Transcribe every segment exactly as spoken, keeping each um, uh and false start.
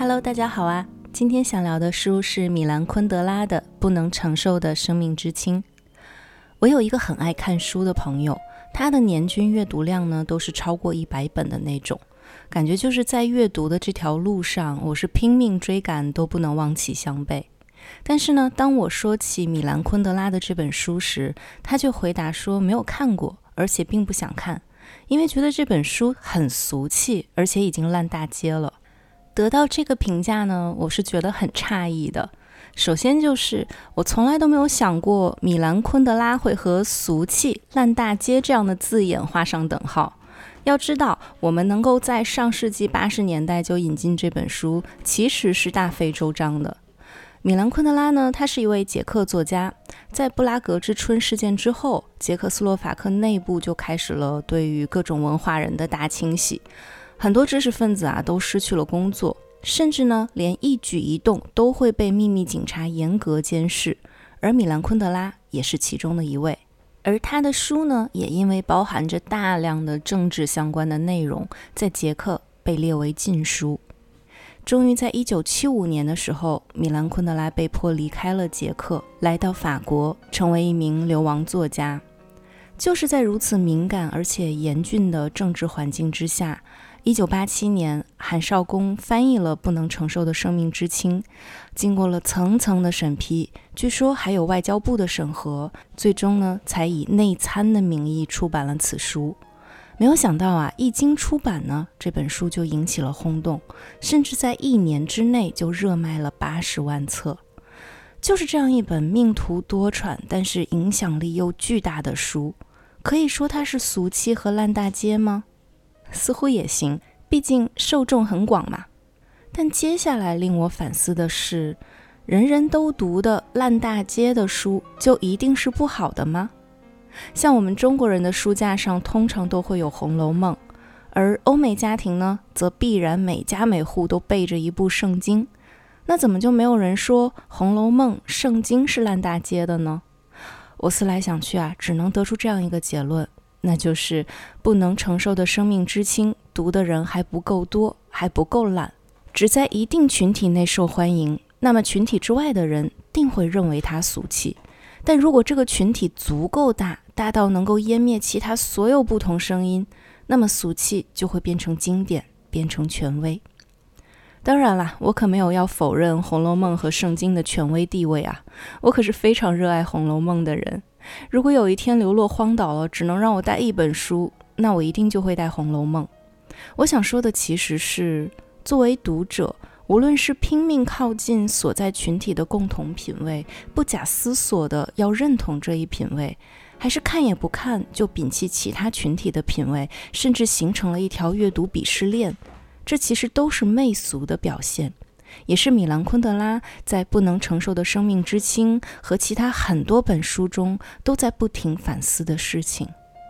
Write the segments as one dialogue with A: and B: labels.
A: Hello， 大家好啊！今天想聊的书是米兰昆德拉的《不能承受的生命之轻》。我有一个很爱看书的朋友，他的年均阅读量呢都是超过一百本的那种，感觉就是在阅读的这条路上，我是拼命追赶都不能望其项背。但是呢，当我说起米兰昆德拉的这本书时，他就回答说没有看过，而且并不想看，因为觉得这本书很俗气，而且已经烂大街了。得到这个评价呢，我是觉得很诧异的。首先就是我从来都没有想过米兰昆德拉会和俗气、烂大街这样的字眼画上等号。要知道，我们能够在上世纪八十年代就引进这本书，其实是大费周章的。米兰昆德拉呢，他是一位捷克作家，在布拉格之春事件之后，捷克斯洛伐克内部就开始了对于各种文化人的大清洗。很多知识分子啊都失去了工作，甚至呢连一举一动都会被秘密警察严格监视，而米兰昆德拉也是其中的一位。而他的书呢，也因为包含着大量的政治相关的内容，在捷克被列为禁书。终于在一九七五年的时候，米兰昆德拉被迫离开了捷克，来到法国，成为一名流亡作家。就是在如此敏感而且严峻的政治环境之下，一九八七年，韩少功翻译了《不能承受的生命之轻》，经过了层层的审批，据说还有外交部的审核，最终呢，才以内参的名义出版了此书。没有想到啊，一经出版呢，这本书就引起了轰动，甚至在一年之内就热卖了八十万册。就是这样一本命途多舛，但是影响力又巨大的书，可以说它是俗气和烂大街吗？似乎也行，毕竟受众很广嘛。但接下来令我反思的是，人人都读的烂大街的书就一定是不好的吗？像我们中国人的书架上通常都会有《红楼梦》，而欧美家庭呢，则必然每家每户都备着一部圣经。那怎么就没有人说《红楼梦》圣经是烂大街的呢？我思来想去啊，只能得出这样一个结论，那就是不能承受的生命之轻，读的人还不够多，还不够懒，只在一定群体内受欢迎，那么群体之外的人定会认为它俗气。但如果这个群体足够大，大到能够湮灭其他所有不同声音，那么俗气就会变成经典，变成权威。当然啦，我可没有要否认《红楼梦》和圣经的权威地位啊，我可是非常热爱《红楼梦》的人。如果有一天流落荒岛了，只能让我带一本书，那我一定就会带《红楼梦》。我想说的其实是，作为读者，无论是拼命靠近所在群体的共同品味，不假思索的要认同这一品味，还是看也不看就摒弃其他群体的品味，甚至形成了一条阅读鄙视链，这其实都是媚俗的表现，也是米兰昆德拉在《不能承受的生命之轻》和其他很多本书中都在不停反思的事情。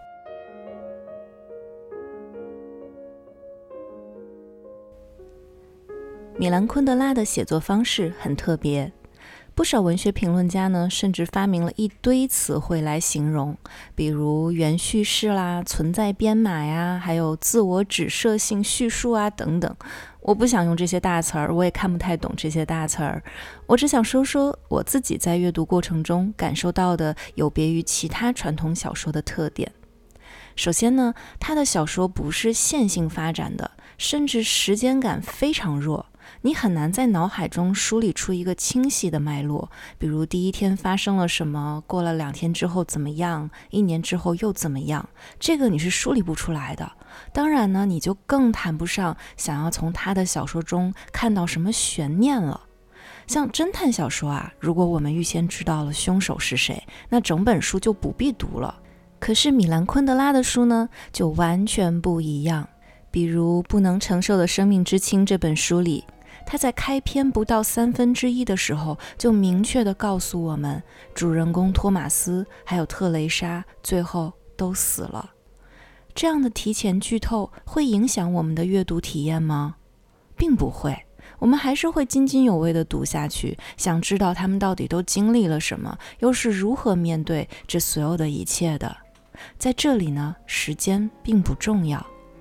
A: 米兰昆德拉的写作方式很特别，不少文学评论家呢，甚至发明了一堆词汇来形容，比如原叙事啦、存在编码呀，还有自我指涉性叙述啊等等。我不想用这些大词儿，我也看不太懂这些大词儿。我只想说说我自己在阅读过程中感受到的有别于其他传统小说的特点。首先呢，他的小说不是线性发展的，甚至时间感非常弱。你很难在脑海中梳理出一个清晰的脉络，比如第一天发生了什么，过了两天之后怎么样，一年之后又怎么样，这个你是梳理不出来的。当然呢，你就更谈不上想要从他的小说中看到什么悬念了。像侦探小说啊，如果我们预先知道了凶手是谁，那整本书就不必读了。可是米兰昆德拉的书呢，就完全不一样。比如《不能承受的生命之轻》这本书里，他在开篇不到三分之一的时候，就明确地告诉我们，主人公托马斯还有特蕾莎最后都死了。这样的提前剧透会影响我们的阅读体验吗？并不会，我们还是会津津有味地读下去，想知道他们到底都经历了什么，又是如何面对这所有的一切的。在这里呢，时间并不重要。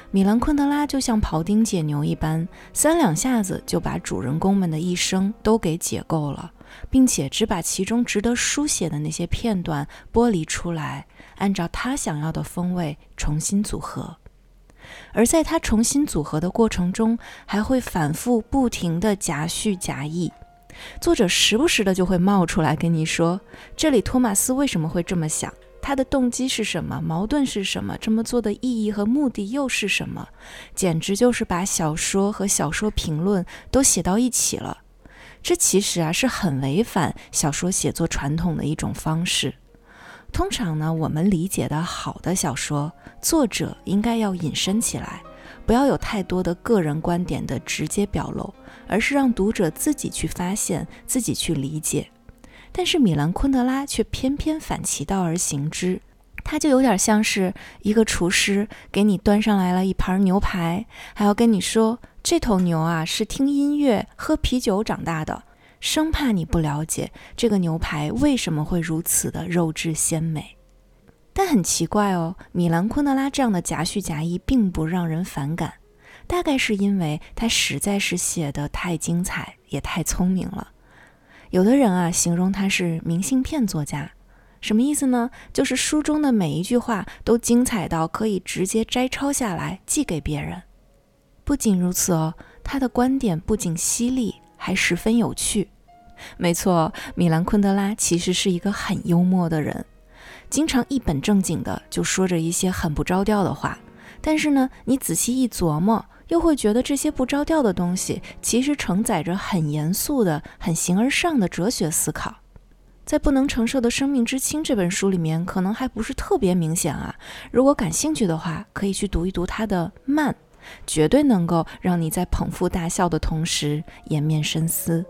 A: 米兰昆德拉就像庖丁解牛一般，三两下子就把主人公们的一生都给解构了，并且只把其中值得书写的那些片段剥离出来，按照他想要的风味重新组合。而在他重新组合的过程中，还会反复不停地夹叙夹议。作者时不时的就会冒出来跟你说，这里托马斯为什么会这么想，他的动机是什么，矛盾是什么，这么做的意义和目的又是什么，简直就是把小说和小说评论都写到一起了。这其实啊是很违反小说写作传统的一种方式。通常呢，我们理解的好的小说，作者应该要隐身起来，不要有太多的个人观点的直接表露，而是让读者自己去发现，自己去理解。但是米兰昆德拉却偏偏反其道而行之，他就有点像是一个厨师给你端上来了一盘牛排，还要跟你说，这头牛啊是听音乐喝啤酒长大的，生怕你不了解这个牛排为什么会如此的肉质鲜美。但很奇怪哦，米兰昆德拉这样的夹叙夹议并不让人反感，大概是因为他实在是写得太精彩，也太聪明了。有的人啊形容他是明信片作家，什么意思呢？就是书中的每一句话都精彩到可以直接摘抄下来寄给别人。不仅如此哦，他的观点不仅犀利，还十分有趣。没错，米兰昆德拉其实是一个很幽默的人，经常一本正经的就说着一些很不着调的话，但是呢，你仔细一琢磨，又会觉得这些不着调的东西其实承载着很严肃的、很形而上的哲学思考。在《不能承受的生命之轻》这本书里面，可能还不是特别明显啊。如果感兴趣的话，可以去读一读它的慢，绝对能够让你在捧腹大笑的同时掩面深思。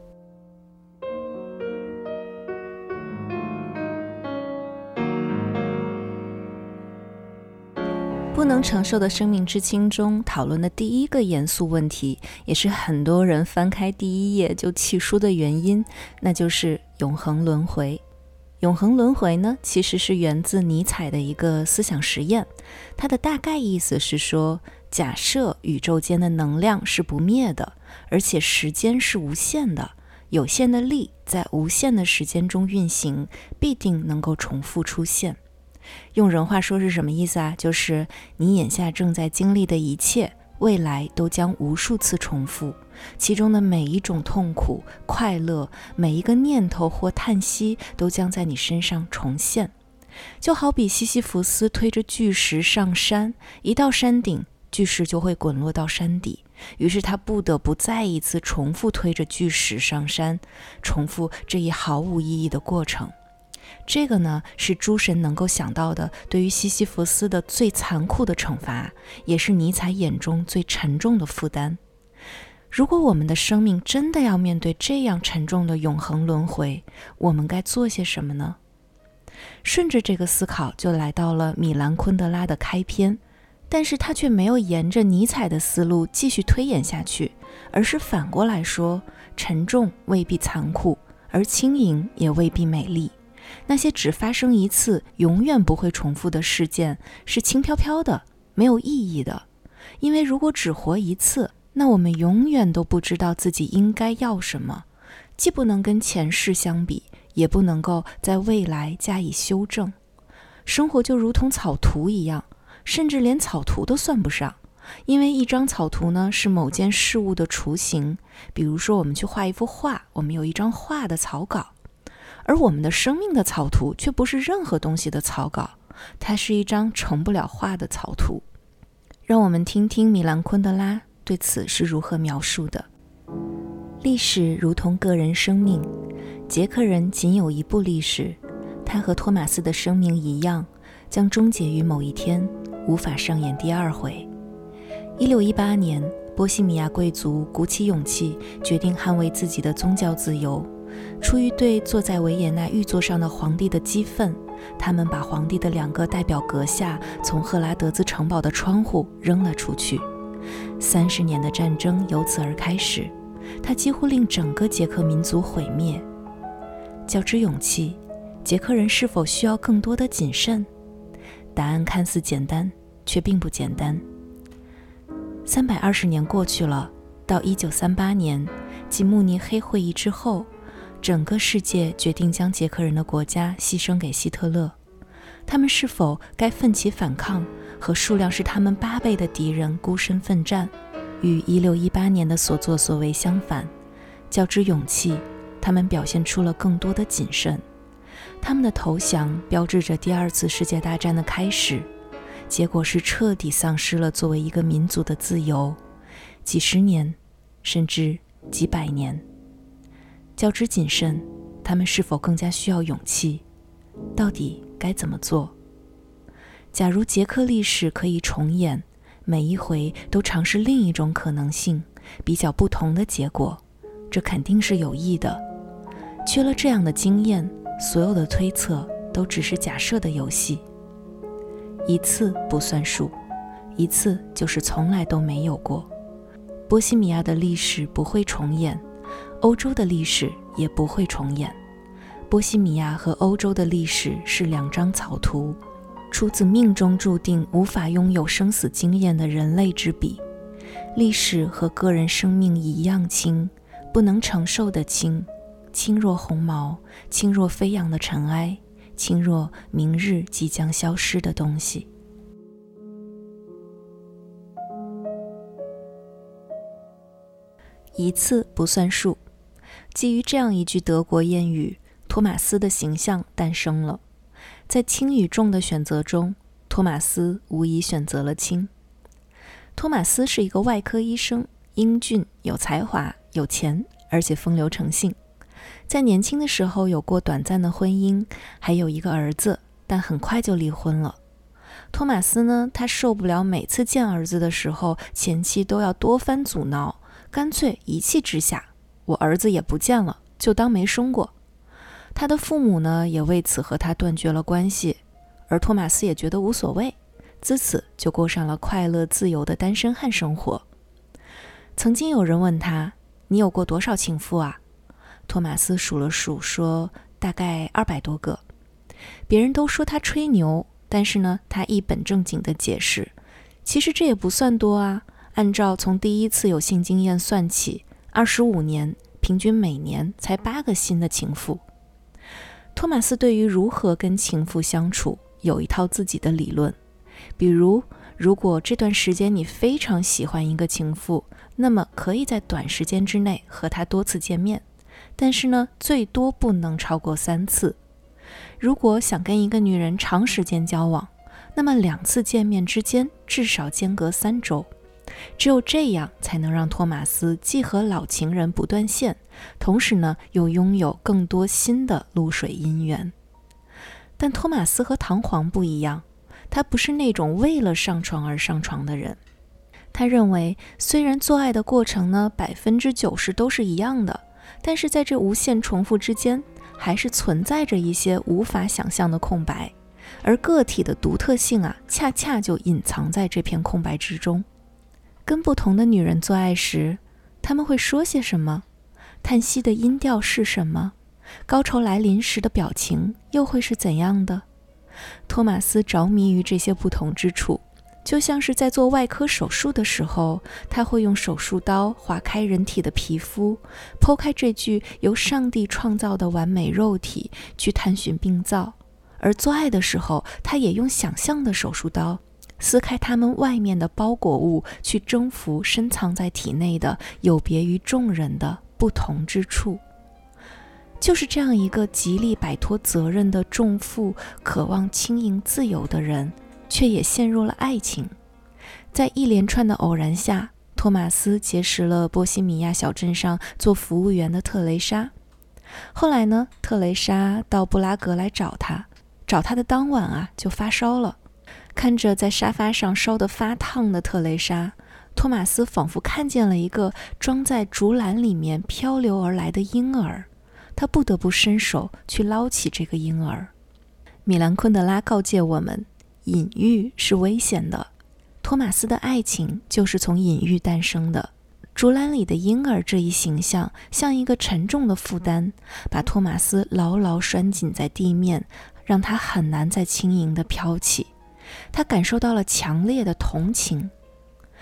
A: 不能承受的生命之轻中讨论的第一个严肃问题，也是很多人翻开第一页就弃书的原因，那就是永恒轮回。永恒轮回呢，其实是源自尼采的一个思想实验，它的大概意思是说，假设宇宙间的能量是不灭的，而且时间是无限的，有限的力在无限的时间中运行，必定能够重复出现。用人话说是什么意思啊？就是你眼下正在经历的一切，未来都将无数次重复，其中的每一种痛苦、快乐，每一个念头或叹息，都将在你身上重现。就好比西西弗斯推着巨石上山，一到山顶，巨石就会滚落到山底，于是他不得不再一次重复推着巨石上山，重复这一毫无意义的过程。这个呢，是诸神能够想到的对于西西弗斯的最残酷的惩罚，也是尼采眼中最沉重的负担。如果我们的生命真的要面对这样沉重的永恒轮回，我们该做些什么呢？顺着这个思考，就来到了米兰昆德拉的开篇，但是他却没有沿着尼采的思路继续推演下去，而是反过来说，沉重未必残酷，而轻盈也未必美丽。那些只发生一次，永远不会重复的事件，是轻飘飘的，没有意义的。因为如果只活一次，那我们永远都不知道自己应该要什么，既不能跟前世相比，也不能够在未来加以修正。生活就如同草图一样，甚至连草图都算不上，因为一张草图呢，是某件事物的雏形。比如说我们去画一幅画，我们有一张画的草稿，而我们的生命的草图却不是任何东西的草稿，它是一张成不了画的草图。让我们听听米兰昆德拉对此是如何描述的。历史如同个人生命，捷克人仅有一部历史，他和托马斯的生命一样，将终结于某一天，无法上演第二回。一六一八年，波西米亚贵族鼓起勇气，决定捍卫自己的宗教自由。出于对坐在维也纳玉座上的皇帝的激愤，他们把皇帝的两个代表阁下从赫拉德兹城堡的窗户扔了出去。三十年的战争由此而开始，它几乎令整个捷克民族毁灭。较之勇气，捷克人是否需要更多的谨慎？答案看似简单，却并不简单。 三百二十年过去了，到一九三八年，即慕尼黑会议之后，整个世界决定将捷克人的国家牺牲给希特勒。他们是否该奋起反抗，和数量是他们八倍的敌人孤身奋战？与一六一八年的所作所为相反，较之勇气，他们表现出了更多的谨慎。他们的投降标志着第二次世界大战的开始，结果是彻底丧失了作为一个民族的自由，几十年，甚至几百年。较之谨慎，他们是否更加需要勇气？到底该怎么做？假如捷克历史可以重演，每一回都尝试另一种可能性，比较不同的结果，这肯定是有益的。缺了这样的经验，所有的推测都只是假设的游戏。一次不算数，一次就是从来都没有过。波西米亚的历史不会重演，欧洲的历史也不会重演。波西米亚和欧洲的历史是两张草图，出自命中注定无法拥有生死经验的人类之笔。历史和个人生命一样轻，不能承受的轻，轻若鸿毛，轻若飞扬的尘埃，轻若明日即将消失的东西。一次不算数。基于这样一句德国谚语，托马斯的形象诞生了。在轻与重的选择中，托马斯无疑选择了轻。托马斯是一个外科医生，英俊，有才华，有钱，而且风流成性。在年轻的时候有过短暂的婚姻，还有一个儿子，但很快就离婚了。托马斯呢，他受不了每次见儿子的时候，前妻都要多番阻挠，干脆一气之下，我儿子也不见了，就当没生过。他的父母呢，也为此和他断绝了关系，而托马斯也觉得无所谓，自此就过上了快乐自由的单身汉生活。曾经有人问他，你有过多少情妇啊？托马斯数了数，说大概二百多个。别人都说他吹牛，但是呢，他一本正经地解释，其实这也不算多啊，按照从第一次有性经验算起，二十五年，平均每年才八个新的情妇。托马斯对于如何跟情妇相处有一套自己的理论，比如如果这段时间你非常喜欢一个情妇，那么可以在短时间之内和她多次见面，但是呢，最多不能超过三次。如果想跟一个女人长时间交往，那么两次见面之间至少间隔三周。只有这样才能让托马斯既和老情人不断线，同时呢又拥有更多新的露水姻缘。但托马斯和唐璜不一样，他不是那种为了上床而上床的人。他认为虽然做爱的过程呢百分之九十都是一样的，但是在这无限重复之间，还是存在着一些无法想象的空白，而个体的独特性啊，恰恰就隐藏在这片空白之中。跟不同的女人做爱时，她们会说些什么？叹息的音调是什么？高潮来临时的表情又会是怎样的？托马斯着迷于这些不同之处，就像是在做外科手术的时候，他会用手术刀划开人体的皮肤，剖开这具由上帝创造的完美肉体，去探寻病灶。而做爱的时候，他也用想象的手术刀撕开它们外面的包裹物，去征服深藏在体内的有别于众人的不同之处。就是这样一个极力摆脱责任的重负，渴望轻盈自由的人，却也陷入了爱情。在一连串的偶然下，托马斯结识了波西米亚小镇上做服务员的特蕾莎。后来呢，特蕾莎到布拉格来找他，找他的当晚啊，就发烧了。看着在沙发上烧得发烫的特蕾莎，托马斯仿佛看见了一个装在竹篮里面漂流而来的婴儿，他不得不伸手去捞起这个婴儿。米兰昆德拉告诫我们，隐喻是危险的。托马斯的爱情就是从隐喻诞生的。竹篮里的婴儿这一形象像一个沉重的负担，把托马斯牢牢拴紧在地面，让他很难再轻盈地飘起。他感受到了强烈的同情。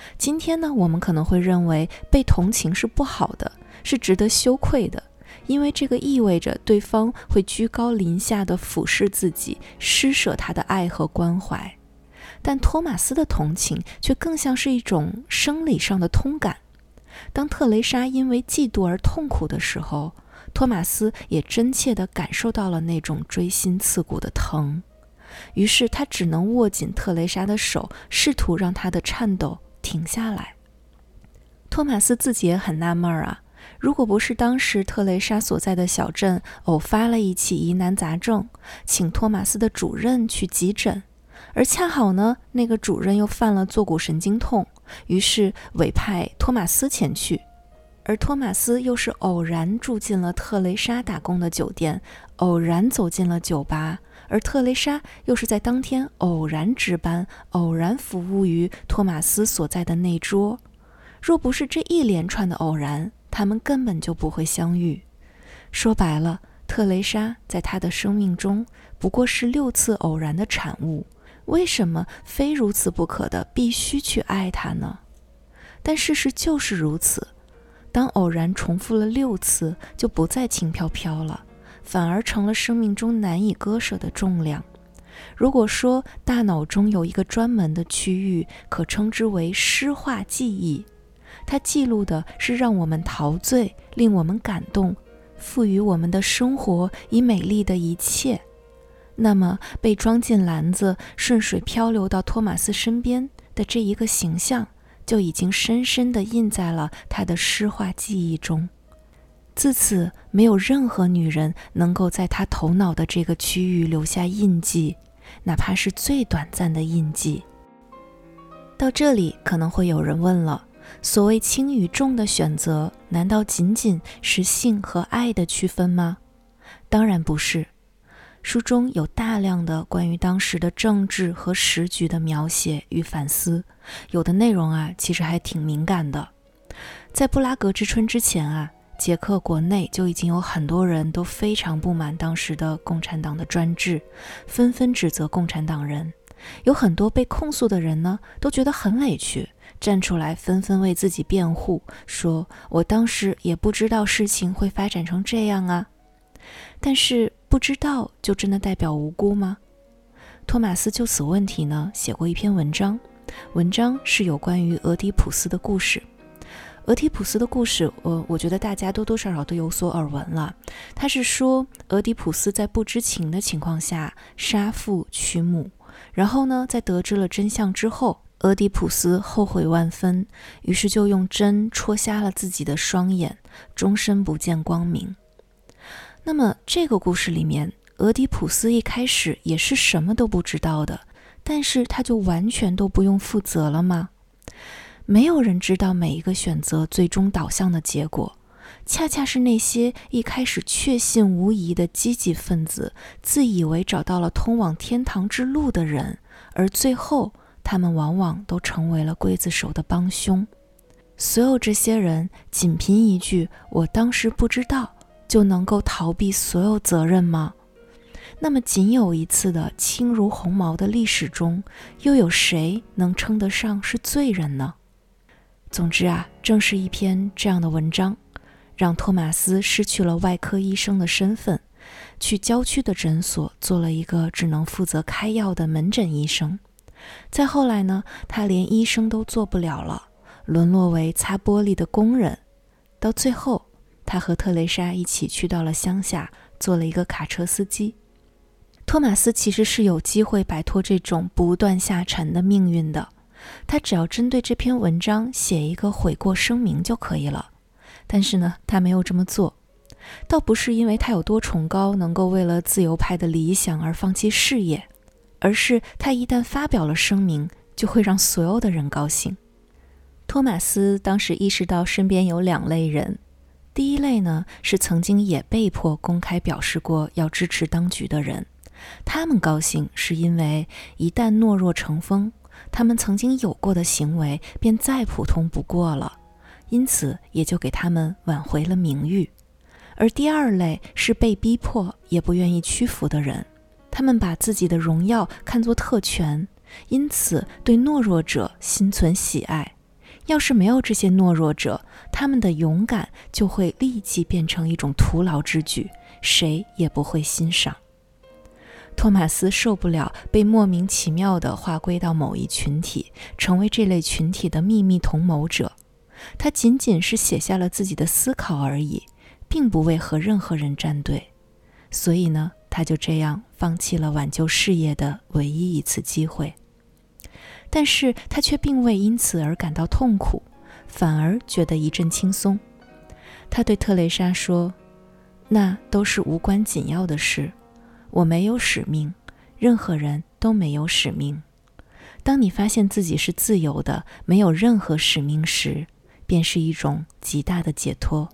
A: 今天呢，我们可能会认为被同情是不好的，是值得羞愧的，因为这个意味着对方会居高临下地俯视自己，施舍他的爱和关怀。但托马斯的同情却更像是一种生理上的通感。当特蕾莎因为嫉妒而痛苦的时候，托马斯也真切地感受到了那种锥心刺骨的疼。于是他只能握紧特蕾莎的手，试图让她的颤抖停下来。托马斯自己也很纳闷啊，如果不是当时特蕾莎所在的小镇偶发了一起疑难杂症，请托马斯的主任去急诊，而恰好呢，那个主任又犯了坐骨神经痛，于是委派托马斯前去。而托马斯又是偶然住进了特蕾莎打工的酒店，偶然走进了酒吧，而特蕾莎又是在当天偶然值班，偶然服务于托马斯所在的那桌。若不是这一连串的偶然，他们根本就不会相遇。说白了，特蕾莎在他的生命中不过是六次偶然的产物，为什么非如此不可的必须去爱他呢？但事实就是如此，当偶然重复了六次，就不再轻飘飘了，反而成了生命中难以割舍的重量。如果说大脑中有一个专门的区域，可称之为诗化记忆，它记录的是让我们陶醉、令我们感动、赋予我们的生活以美丽的一切，那么被装进篮子顺水漂流到托马斯身边的这一个形象，就已经深深地印在了他的诗化记忆中。自此，没有任何女人能够在他头脑的这个区域留下印记，哪怕是最短暂的印记。到这里，可能会有人问了，所谓轻与重的选择，难道仅仅是性和爱的区分吗？当然不是。书中有大量的关于当时的政治和时局的描写与反思，有的内容啊，其实还挺敏感的。在布拉格之春之前啊，捷克国内就已经有很多人都非常不满当时的共产党的专制，纷纷指责共产党人。有很多被控诉的人呢，都觉得很委屈，站出来纷纷为自己辩护，说我当时也不知道事情会发展成这样啊。但是不知道就真的代表无辜吗？托马斯就此问题呢写过一篇文章，文章是有关于俄狄浦斯的故事。俄狄浦斯的故事，呃，我觉得大家多多少少都有所耳闻了。他是说，俄狄浦斯在不知情的情况下杀父娶母，然后呢，在得知了真相之后，俄狄浦斯后悔万分，于是就用针戳瞎了自己的双眼，终身不见光明。那么这个故事里面，俄狄浦斯一开始也是什么都不知道的，但是他就完全都不用负责了吗？没有人知道每一个选择最终导向的结果，恰恰是那些一开始确信无疑的积极分子，自以为找到了通往天堂之路的人，而最后他们往往都成为了刽子手的帮凶。所有这些人仅凭一句我当时不知道，就能够逃避所有责任吗？那么仅有一次的轻如鸿毛的历史中，又有谁能称得上是罪人呢？总之啊，正是一篇这样的文章，让托马斯失去了外科医生的身份，去郊区的诊所做了一个只能负责开药的门诊医生。再后来呢，他连医生都做不了了，沦落为擦玻璃的工人。到最后，他和特蕾莎一起去到了乡下，做了一个卡车司机。托马斯其实是有机会摆脱这种不断下沉的命运的，他只要针对这篇文章写一个悔过声明就可以了。但是呢，他没有这么做，倒不是因为他有多崇高，能够为了自由派的理想而放弃事业，而是他一旦发表了声明，就会让所有的人高兴。托马斯当时意识到身边有两类人，第一类呢，是曾经也被迫公开表示过要支持当局的人，他们高兴是因为一旦懦弱成风，他们曾经有过的行为便再普通不过了，因此也就给他们挽回了名誉。而第二类是被逼迫也不愿意屈服的人，他们把自己的荣耀看作特权，因此对懦弱者心存喜爱， 要是没有这些懦弱者，他们的勇敢就会立即变成一种徒劳之举，谁也不会欣赏。托马斯受不了被莫名其妙地划归到某一群体，成为这类群体的秘密同谋者。他仅仅是写下了自己的思考而已，并不为和任何人站队。所以呢，他就这样放弃了挽救事业的唯一一次机会。但是他却并未因此而感到痛苦，反而觉得一阵轻松。他对特蕾莎说，那都是无关紧要的事，我没有使命，任何人都没有使命。当你发现自己是自由的，没有任何使命时，便是一种极大的解脱。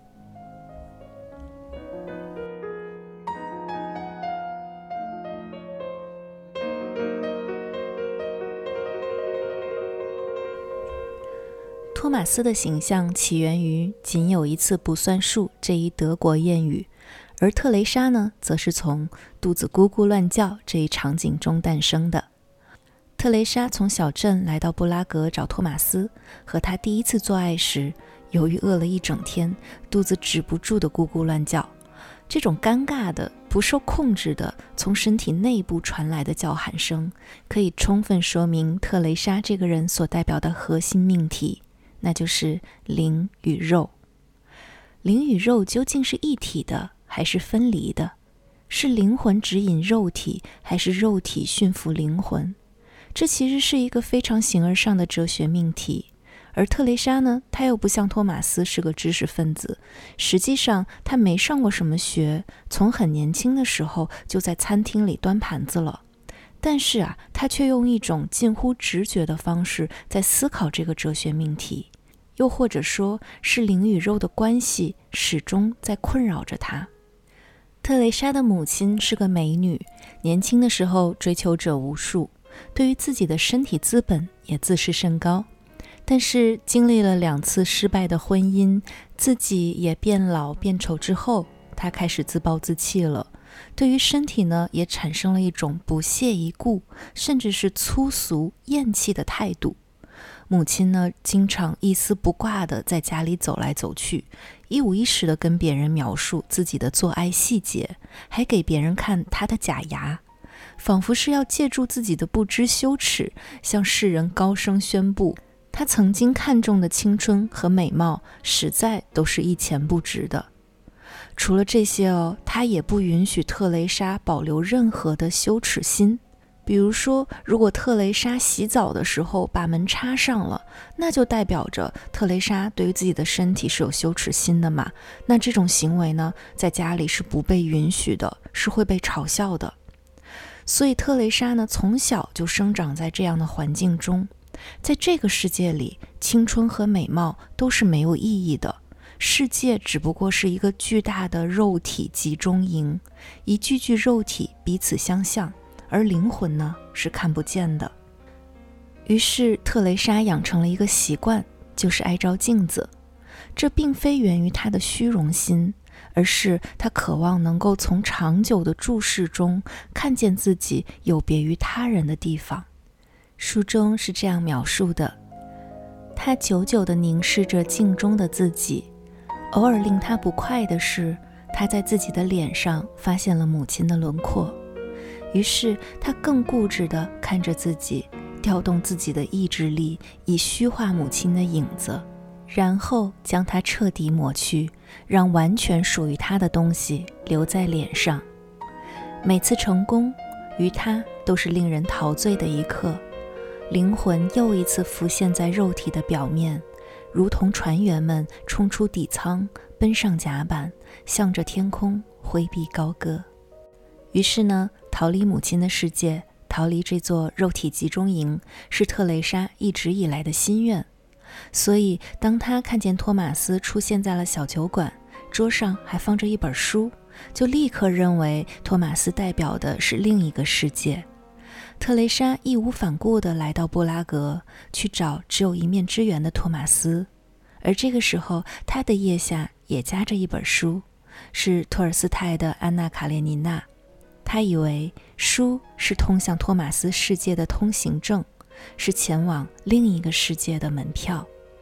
A: 托马斯的形象起源于仅有一次不算数这一德国谚语，而特蕾莎呢，则是从肚子咕咕乱叫这一场景中诞生的。特蕾莎从小镇来到布拉格找托马斯，和他第一次做爱时，由于饿了一整天，肚子止不住的咕咕乱叫。这种尴尬的、不受控制的从身体内部传来的叫喊声，可以充分说明特蕾莎这个人所代表的核心命题，那就是灵与肉。灵与肉究竟是一体的还是分离的？是灵魂指引肉体，还是肉体驯服灵魂？这其实是一个非常形而上的哲学命题。而特蕾莎呢，她又不像托马斯是个知识分子，实际上她没上过什么学，从很年轻的时候就在餐厅里端盘子了。但是啊，她却用一种近乎直觉的方式在思考这个哲学命题，又或者说是灵与肉的关系始终在困扰着她。特蕾莎的母亲是个美女，年轻的时候追求者无数，对于自己的身体资本也自视甚高。但是经历了两次失败的婚姻，自己也变老变丑之后，她开始自暴自弃了。对于身体呢，也产生了一种不屑一顾，甚至是粗俗厌弃的态度。母亲呢，经常一丝不挂地在家里走来走去，一五一十地跟别人描述自己的做爱细节，还给别人看她的假牙，仿佛是要借助自己的不知羞耻，向世人高声宣布，她曾经看中的青春和美貌，实在都是一钱不值的。除了这些哦，她也不允许特蕾莎保留任何的羞耻心。比如说，如果特蕾莎洗澡的时候把门插上了，那就代表着特蕾莎对于自己的身体是有羞耻心的嘛。那这种行为呢，在家里是不被允许的，是会被嘲笑的。所以特蕾莎呢，从小就生长在这样的环境中。在这个世界里，青春和美貌都是没有意义的，世界只不过是一个巨大的肉体集中营，一具具肉体彼此相像，而灵魂呢，是看不见的。于是特蕾莎养成了一个习惯，就是爱照镜子。这并非源于她的虚荣心，而是她渴望能够从长久的注视中看见自己有别于他人的地方。书中是这样描述的：她久久地凝视着镜中的自己，偶尔令她不快的是，她在自己的脸上发现了母亲的轮廓。于是她更固执地看着自己，调动自己的意志力，以虚化母亲的影子，然后将它彻底抹去，让完全属于她的东西留在脸上。每次成功，于她都是令人陶醉的一刻。灵魂又一次浮现在肉体的表面，如同船员们冲出底舱，奔上甲板，向着天空挥臂高歌。于是呢，逃离母亲的世界，逃离这座肉体集中营，是特蕾莎一直以来的心愿。所以当她看见托马斯出现在了小酒馆，桌上还放着一本书，就立刻认为托马斯代表的是另一个世界。特蕾莎义无反顾地来到布拉格，去找只有一面之缘的托马斯。而这个时候，她的腋下也夹着一本书，是托尔斯泰的《安娜·卡列尼娜》。她以为书是通向托马斯世界的通行证，是前往另一个世界的门票。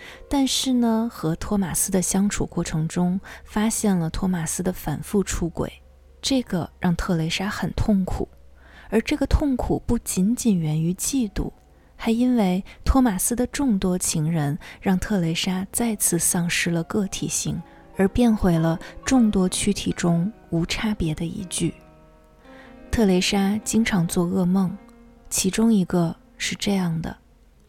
A: 但是呢，和托马斯的相处过程中，发现了托马斯的反复出轨，这个让特蕾莎很痛苦。而这个痛苦不仅仅源于嫉妒，还因为托马斯的众多情人让特蕾莎再次丧失了个体性，而变回了众多躯体中无差别的一具。特蕾莎经常做噩梦，其中一个是这样的：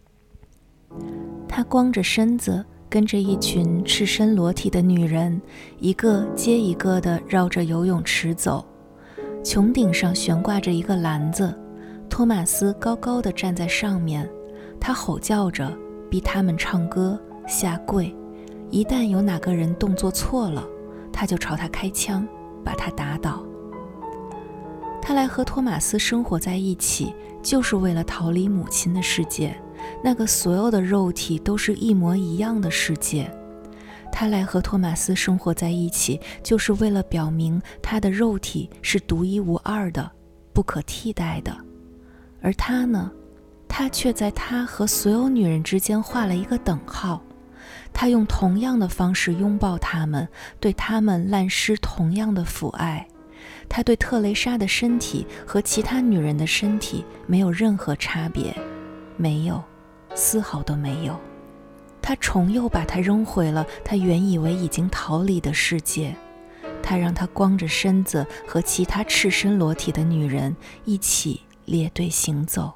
A: 她光着身子跟着一群赤身裸体的女人，一个接一个地绕着游泳池走。穹顶上悬挂着一个篮子，托马斯高高地站在上面，他吼叫着逼他们唱歌下跪，一旦有哪个人动作错了，他就朝他开枪，把他打倒。他来和托马斯生活在一起，就是为了逃离母亲的世界，那个所有的肉体都是一模一样的世界。他来和托马斯生活在一起，就是为了表明他的肉体是独一无二的，不可替代的。而他呢，他却在他和所有女人之间画了一个等号。他用同样的方式拥抱她们，对她们滥施同样的抚爱。他对特蕾莎的身体和其他女人的身体没有任何差别，没有，丝毫都没有。他重又把她扔回了他原以为已经逃离的世界。他让她光着身子和其他赤身裸体的女人一起列队行走。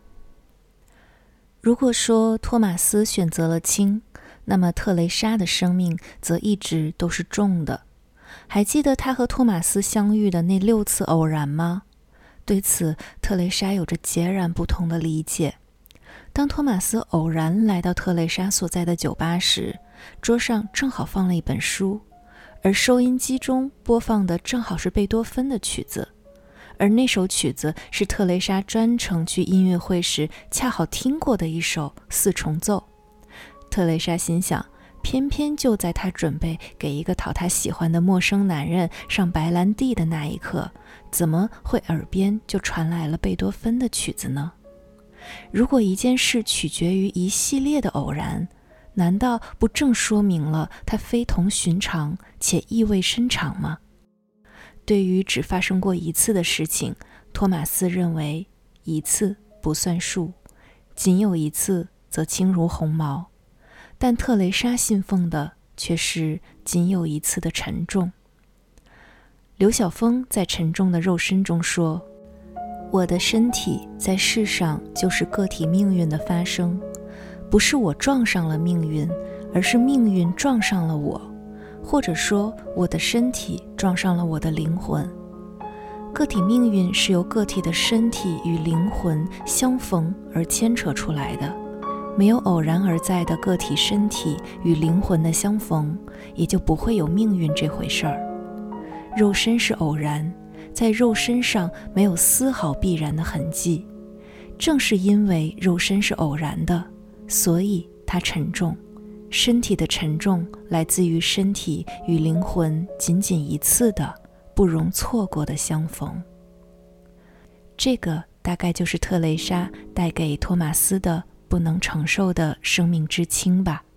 A: 如果说托马斯选择了轻，那么特蕾莎的生命则一直都是重的。还记得他和托马斯相遇的那六次偶然吗？对此，特蕾莎有着截然不同的理解。当托马斯偶然来到特蕾莎所在的酒吧时，桌上正好放了一本书，而收音机中播放的正好是贝多芬的曲子，而那首曲子是特蕾莎专程去音乐会时恰好听过的一首四重奏。特蕾莎心想，偏偏就在她准备给一个讨她喜欢的陌生男人上白兰地的那一刻，怎么会耳边就传来了贝多芬的曲子呢？如果一件事取决于一系列的偶然，难道不正说明了它非同寻常且意味深长吗？对于只发生过一次的事情，托马斯认为一次不算数，仅有一次则轻如鸿毛，但特蕾莎信奉的却是仅有一次的沉重。刘晓峰在《沉重的肉身》中说，我的身体在世上就是个体命运的发生，不是我撞上了命运，而是命运撞上了我，或者说我的身体撞上了我的灵魂。个体命运是由个体的身体与灵魂相逢而牵扯出来的，没有偶然而在的个体身体与灵魂的相逢，也就不会有命运这回事儿。肉身是偶然，在肉身上没有丝毫必然的痕迹，正是因为肉身是偶然的，所以它沉重。身体的沉重来自于身体与灵魂仅仅一次的不容错过的相逢。这个大概就是特蕾莎带给托马斯的不能承受的生命之轻吧。